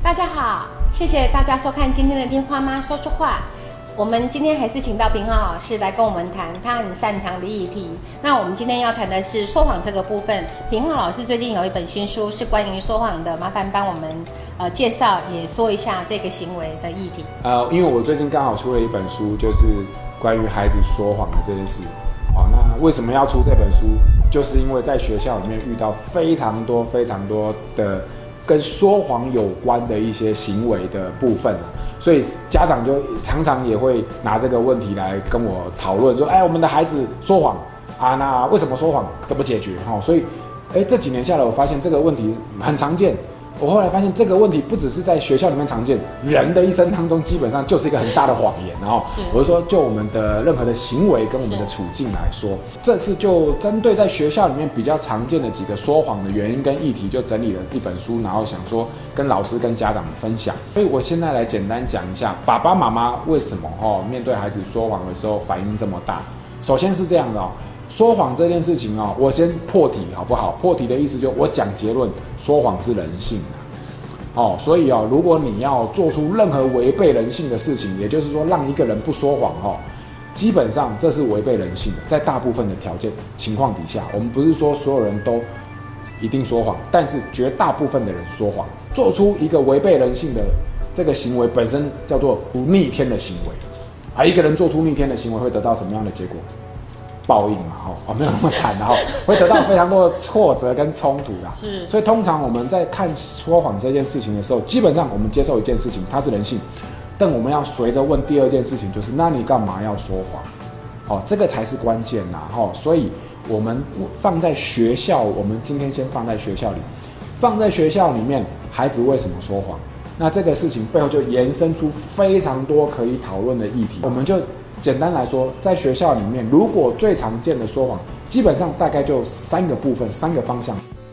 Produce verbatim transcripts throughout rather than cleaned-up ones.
大家好，谢谢大家收看今天的听花妈说说话。我们今天还是请到平浩老师来跟我们谈他很擅长的议题。那我们今天要谈的是说谎这个部分。平浩老师最近有一本新书是关于说谎的，麻烦帮我们呃介绍也说一下这个行为的议题。 呃，因为我最近刚好出了一本书，就是关于孩子说谎的这件事。好，那为什么要出这本书？就是因为在学校里面遇到非常多非常多的跟说谎有关的一些行为的部分啊，所以家长就常常也会拿这个问题来跟我讨论，说，哎，我们的孩子说谎啊，那为什么说谎？怎么解决？哈，所以，哎，这几年下来，我发现这个问题很常见。我后来发现这个问题不只是在学校里面常见，人的一生当中基本上就是一个很大的谎言。然后我就说，就我们的任何的行为跟我们的处境来说，这次就针对在学校里面比较常见的几个说谎的原因跟议题，就整理了一本书，然后想说跟老师跟家长分享。所以我现在来简单讲一下，爸爸妈妈为什么哦面对孩子说谎的时候反应这么大。首先是这样的哦。说谎这件事情哦，我先破题好不好？破题的意思就我讲结论，说谎是人性的，哦，所以哦，如果你要做出任何违背人性的事情，也就是说让一个人不说谎哦，基本上这是违背人性的。在大部分的条件情况底下，我们不是说所有人都一定说谎，但是绝大部分的人说谎，做出一个违背人性的这个行为本身叫做逆天的行为。而一个人做出逆天的行为会得到什么样的结果？报应嘛，哈，哦，没有那么惨的哈，会得到非常多的挫折跟冲突啦。是，所以通常我们在看说谎这件事情的时候，基本上我们接受一件事情，它是人性，但我们要随着问第二件事情，就是那你干嘛要说谎？哦，这个才是关键呐，哈。所以我们放在学校，我们今天先放在学校里，放在学校里面，孩子为什么说谎？那这个事情背后就延伸出非常多可以讨论的议题，我们就。简单来说，在学校里面，如果最常见的说谎，基本上大概就三个部分、三个方向。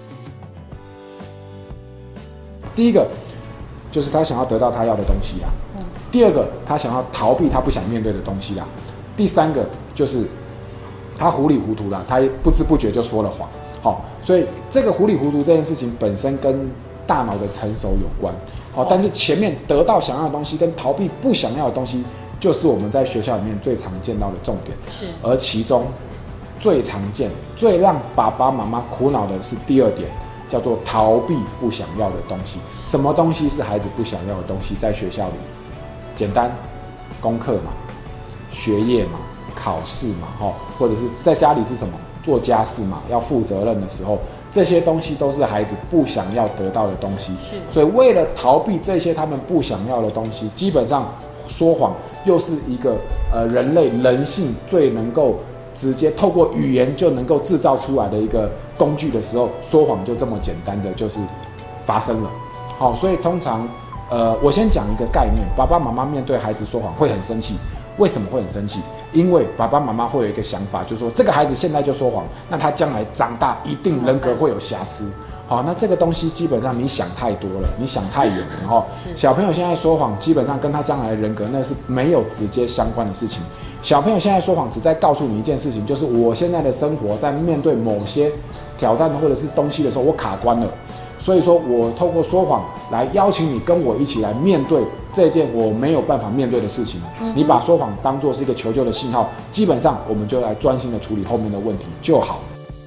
第一个就是他想要得到他要的东西啦；嗯、第二个，他想要逃避他不想面对的东西啦；第三个就是他糊里糊涂啦，他不知不觉就说了谎。好、哦，所以这个糊里糊涂这件事情本身跟大脑的成熟有关。好、哦，但是前面得到想要的东西跟逃避不想要的东西。就是我们在学校里面最常见到的重点，是，而其中最常见、最让爸爸妈妈苦恼的是第二点，叫做逃避不想要的东西。什么东西是孩子不想要的东西？在学校里，简单，功课嘛，学业嘛，考试嘛，吼，或者是在家里是什么，做家事嘛，要负责任的时候，这些东西都是孩子不想要得到的东西。是，所以为了逃避这些他们不想要的东西，基本上。说谎又是一个呃人类人性最能够直接透过语言就能够制造出来的一个工具的时候，说谎就这么简单的就是发生了。好，所以通常呃我先讲一个概念，爸爸妈妈面对孩子说谎会很生气。为什么会很生气？因为爸爸妈妈会有一个想法，就是说这个孩子现在就说谎，那他将来长大一定人格会有瑕疵。好，那这个东西基本上你想太多了，你想太远了哈。小朋友现在说谎，基本上跟他将来的人格那是没有直接相关的事情。小朋友现在说谎，只在告诉你一件事情，就是我现在的生活在面对某些挑战或者是东西的时候，我卡关了。所以说我透过说谎来邀请你跟我一起来面对这件我没有办法面对的事情。嗯、你把说谎当作是一个求救的信号，基本上我们就来专心的处理后面的问题就好。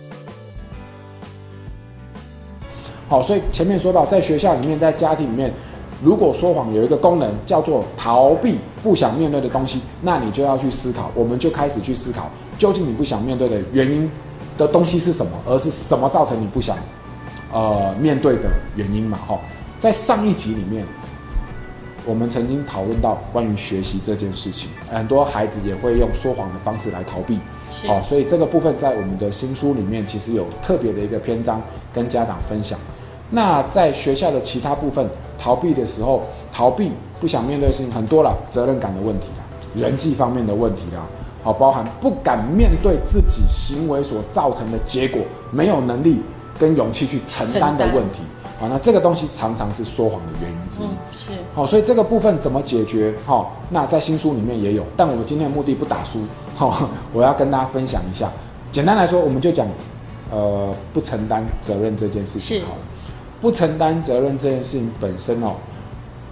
好，所以前面说到，在学校里面，在家庭里面，如果说谎有一个功能叫做逃避不想面对的东西，那你就要去思考，我们就开始去思考，究竟你不想面对的原因的东西是什么，而是什么造成你不想呃面对的原因嘛？哈，在上一集里面，我们曾经讨论到关于学习这件事情，很多孩子也会用说谎的方式来逃避。好，所以这个部分在我们的新书里面，其实有特别的一个篇章跟家长分享。那在学校的其他部分，逃避的时候，逃避不想面对的事情很多啦，责任感的问题啦，人际方面的问题啦，好，包含不敢面对自己行为所造成的结果，没有能力跟勇气去承担的问题。好，那这个东西常常是说谎的原因之一。嗯、是。好，所以这个部分怎么解决？好，那在新书里面也有，但我们今天的目的不打书。好，我要跟大家分享一下。简单来说，我们就讲，呃，不承担责任这件事情好了。不承担责任这件事情本身哦，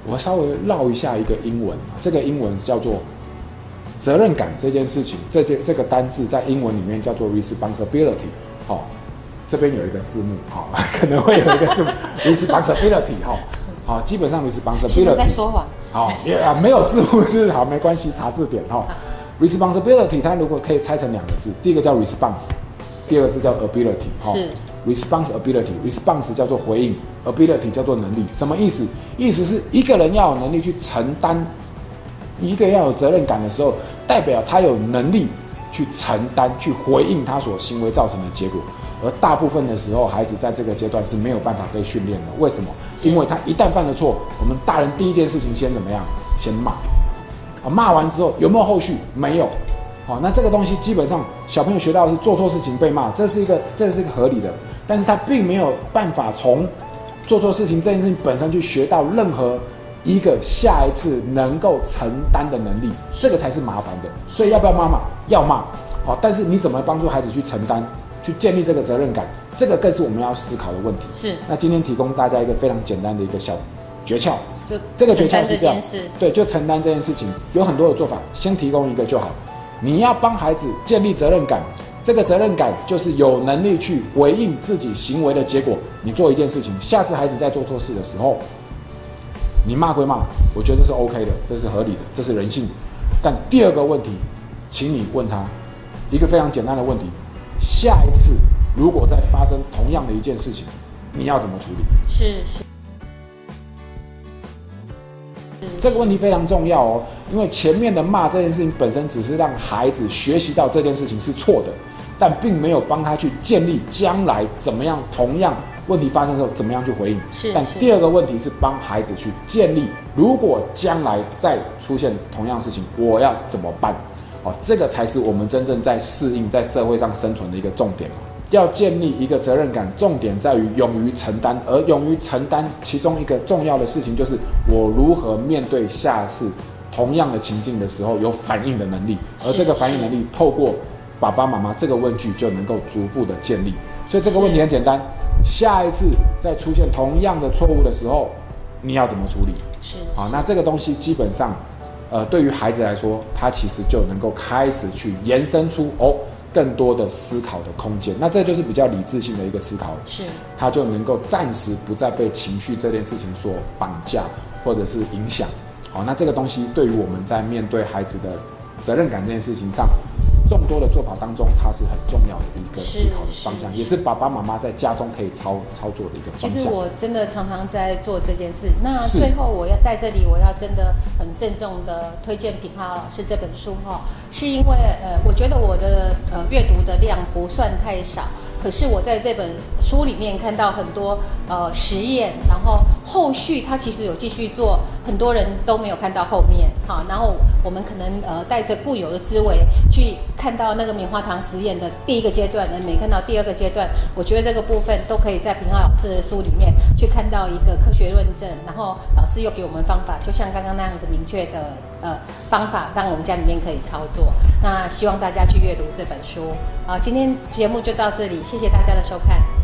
我稍微绕一下一个英文啊，这个英文叫做责任感这件事情，这件这个单字在英文里面叫做 responsibility。好，这边有一个字幕，好，可能会有一个字幕 responsibility。好，好，基本上 responsibility。 现在在说谎。 好，也啊没有字幕是好，没关系，查字典哈。responsibility 它如果可以拆成两个字，第一个叫 response， 第二个字叫 ability。 是 responsibility，response 叫做回应 ，ability 叫做能力。什么意思？意思是一个人要有能力去承担，一个要有责任感的时候，代表他有能力去承担、去回应他所行为造成的结果。而大部分的时候，孩子在这个阶段是没有办法被训练的。为什么？因为他一旦犯了错，我们大人第一件事情先怎么样？先骂。骂完之后有没有后续？没有。好，那这个东西基本上小朋友学到的是做错事情被骂，这是一个这是一个合理的，但是他并没有办法从做错事情这件事情本身去学到任何一个下一次能够承担的能力，这个才是麻烦的。所以要不要骂骂？要骂。好，但是你怎么帮助孩子去承担？去建立这个责任感，这个更是我们要思考的问题。 是。那今天提供大家一个非常简单的一个小诀窍，就这个诀窍是这样，对，就承担这件事情有很多的做法，先提供一个就好。你要帮孩子建立责任感，这个责任感就是有能力去回应自己行为的结果。你做一件事情，下次孩子在做错事的时候，你骂归骂，我觉得这是 OK 的，这是合理的，这是人性。但第二个问题，请你问他一个非常简单的问题。下一次如果再发生同样的一件事情，你要怎么处理？ 是是， 这个问题非常重要哦，因为前面的骂这件事情本身只是让孩子学习到这件事情是错的，但并没有帮他去建立将来怎么样同样问题发生的时候怎么样去回应。 是， 但第二个问题是帮孩子去建立，如果将来再出现同样事情，我要怎么办？哦，这个才是我们真正在适应在社会上生存的一个重点。要建立一个责任感，重点在于勇于承担，而勇于承担其中一个重要的事情就是我如何面对下次同样的情境的时候有反应的能力，而这个反应能力透过爸爸妈妈这个问句就能够逐步的建立。所以这个问题很简单，下一次再出现同样的错误的时候，你要怎么处理？ 是， 好，那这个东西基本上呃，对于孩子来说，他其实就能够开始去延伸出哦更多的思考的空间。那这就是比较理智性的一个思考了， 是， 他就能够暂时不再被情绪这件事情所绑架或者是影响。好，那这个东西对于我们在面对孩子的责任感这件事情上，众多的做法当中，它是很重要的一个思考的方向，也是爸爸妈妈在家中可以操操作的一个方向。 其实我真的常常在做这件事。那最后我要在这里，我要真的很郑重的推荐品皓老师这本书哈，是因为呃，我觉得我的呃阅读的量不算太少。可是我在这本书里面看到很多呃实验，然后后续他其实有继续做，很多人都没有看到后面哈。然后我们可能呃带着固有的思维去看到那个棉花糖实验的第一个阶段，而没看到第二个阶段。我觉得这个部分都可以在品皓老师的书里面去看到一个科学论证，然后老师又给我们方法，就像刚刚那样子明确的呃方法，让我们家里面可以操作。那希望大家去阅读这本书。好，今天节目就到这里，谢谢大家的收看。